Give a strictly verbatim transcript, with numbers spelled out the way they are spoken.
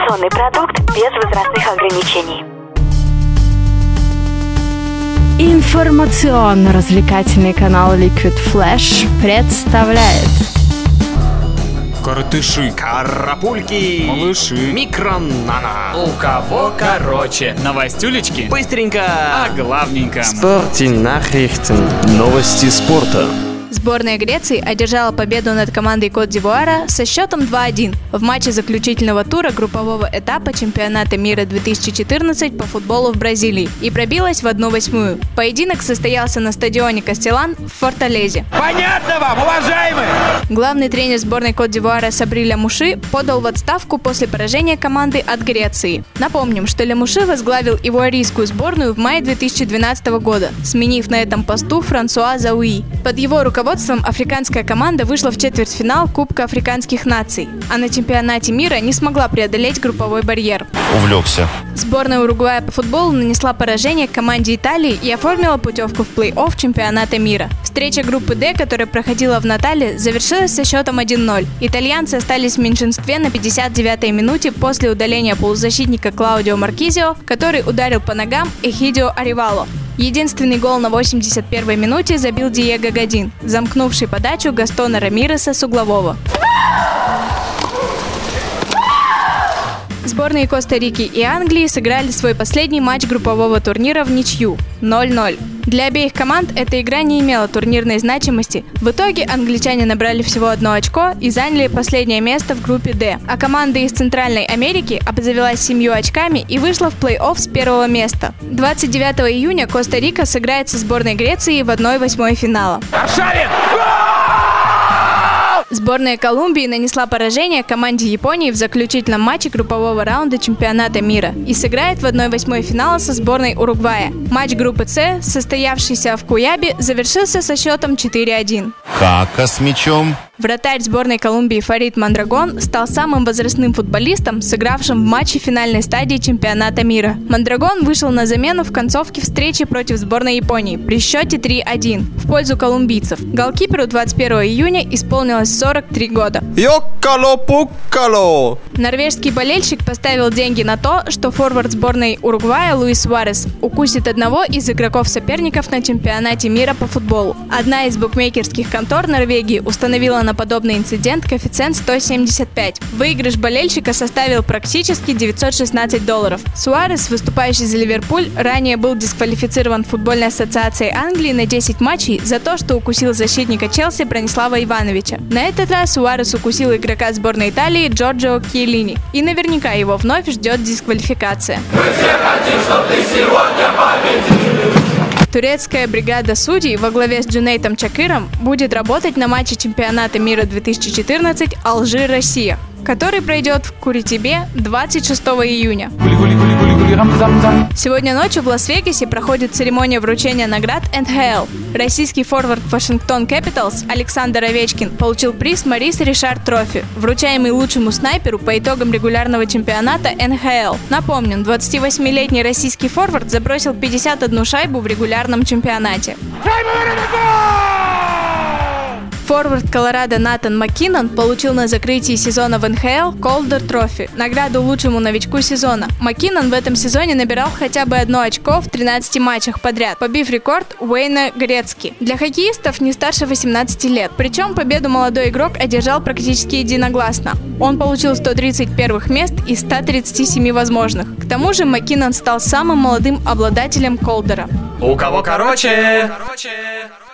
Информационный продукт без возрастных ограничений. Информационно-развлекательный канал Liquid Flash представляет Коротыши, карапульки, малыши, микронана. У кого короче? Новостюлечки? Быстренько, а главненько. Спортнachrichten. Новости спорта. Сборная Греции одержала победу над командой Кот-д'Ивуара со счетом два-один в матче заключительного тура группового этапа чемпионата мира две тысячи четырнадцать по футболу в Бразилии и пробилась в одну восьмую. Поединок состоялся на стадионе Кастелан в Форталезе. Понятно вам, уважаемые! Главный тренер сборной Кот-д'Ивуара Сабри Лямуши подал в отставку после поражения команды от Греции. Напомним, что Лямуши возглавил ивуарийскую сборную в мае две тысячи двенадцатого года, сменив на этом посту Франсуа Зауи. Под его руководством руководством африканская команда вышла в четвертьфинал Кубка африканских наций, а на чемпионате мира не смогла преодолеть групповой барьер. Увлекся. Сборная Уругвая по футболу нанесла поражение команде Италии и оформила путевку в плей-офф чемпионата мира. Встреча группы Д, которая проходила в Натале, завершилась со счетом один-ноль. Итальянцы остались в меньшинстве на пятьдесят девятой минуте после удаления полузащитника Клаудио Маркизио, который ударил по ногам Эхидио Аривало. Единственный гол на восемьдесят первой минуте забил Диего Годин, замкнувший подачу Гастона Рамиреса с углового. Сборные Коста-Рики и Англии сыграли свой последний матч группового турнира в ничью – ноль-ноль. Для обеих команд эта игра не имела турнирной значимости. В итоге англичане набрали всего одно очко и заняли последнее место в группе Д, а команда из Центральной Америки обзавелась семью очками и вышла в плей-офф с первого места. двадцать девятого июня Коста-Рика сыграет со сборной Греции в одной восьмой финала. Сборная Колумбии нанесла поражение команде Японии в заключительном матче группового раунда чемпионата мира и сыграет в одной восьмой финала со сборной Уругвая. Матч группы С, состоявшийся в Куябе, завершился со счетом четыре-один. Кака с мячом. Вратарь сборной Колумбии Фарид Мондрагон стал самым возрастным футболистом, сыгравшим в матче финальной стадии чемпионата мира. Мондрагон вышел на замену в концовке встречи против сборной Японии при счете три-один в пользу колумбийцев. Голкиперу двадцать первого июня исполнилось сорок три года. Йоккало-пуккало! Норвежский болельщик поставил деньги на то, что форвард сборной Уругвая Луис Суарес укусит одного из игроков соперников на чемпионате мира по футболу. Одна из букмекерских контор Норвегии установила на подобный инцидент коэффициент сто семьдесят пять. Выигрыш болельщика составил практически девятьсот шестнадцать долларов. Суарес, выступающий за Ливерпуль, ранее был дисквалифицирован футбольной ассоциацией Англии на десять матчей за то, что укусил защитника Челси Бронислава Ивановича. На этот раз Суарес укусил игрока сборной Италии Джорджио Кьелини, и наверняка его вновь ждет дисквалификация. Мы все хотим, чтобы ты сегодня победил. Турецкая бригада судей во главе с Джунейтом Чакыром будет работать на матче чемпионата мира две тысячи четырнадцать Алжир-Россия, который пройдет в Куритибе двадцать шестого июня. Сегодня ночью в Лас-Вегасе проходит церемония вручения наград эн ха эл. Российский форвард Вашингтон Кэпиталс Александр Овечкин получил приз Марис Ришар Трофи, вручаемый лучшему снайперу по итогам регулярного чемпионата эн ха эл. Напомним, двадцативосьмилетний российский форвард забросил пятьдесят одну шайбу в регулярном чемпионате. Форвард Колорадо Натан Маккинон получил на закрытии сезона в эн ха эл Calder Trophy, награду лучшему новичку сезона. Маккинон в этом сезоне набирал хотя бы одно очко в тринадцати матчах подряд, побив рекорд Уэйна Грецки для хоккеистов не старше восемнадцати лет. Причем победу молодой игрок одержал практически единогласно. Он получил сто тридцать первых мест из ста тридцати семи возможных. К тому же Маккинон стал самым молодым обладателем Колдера. У кого короче? короче.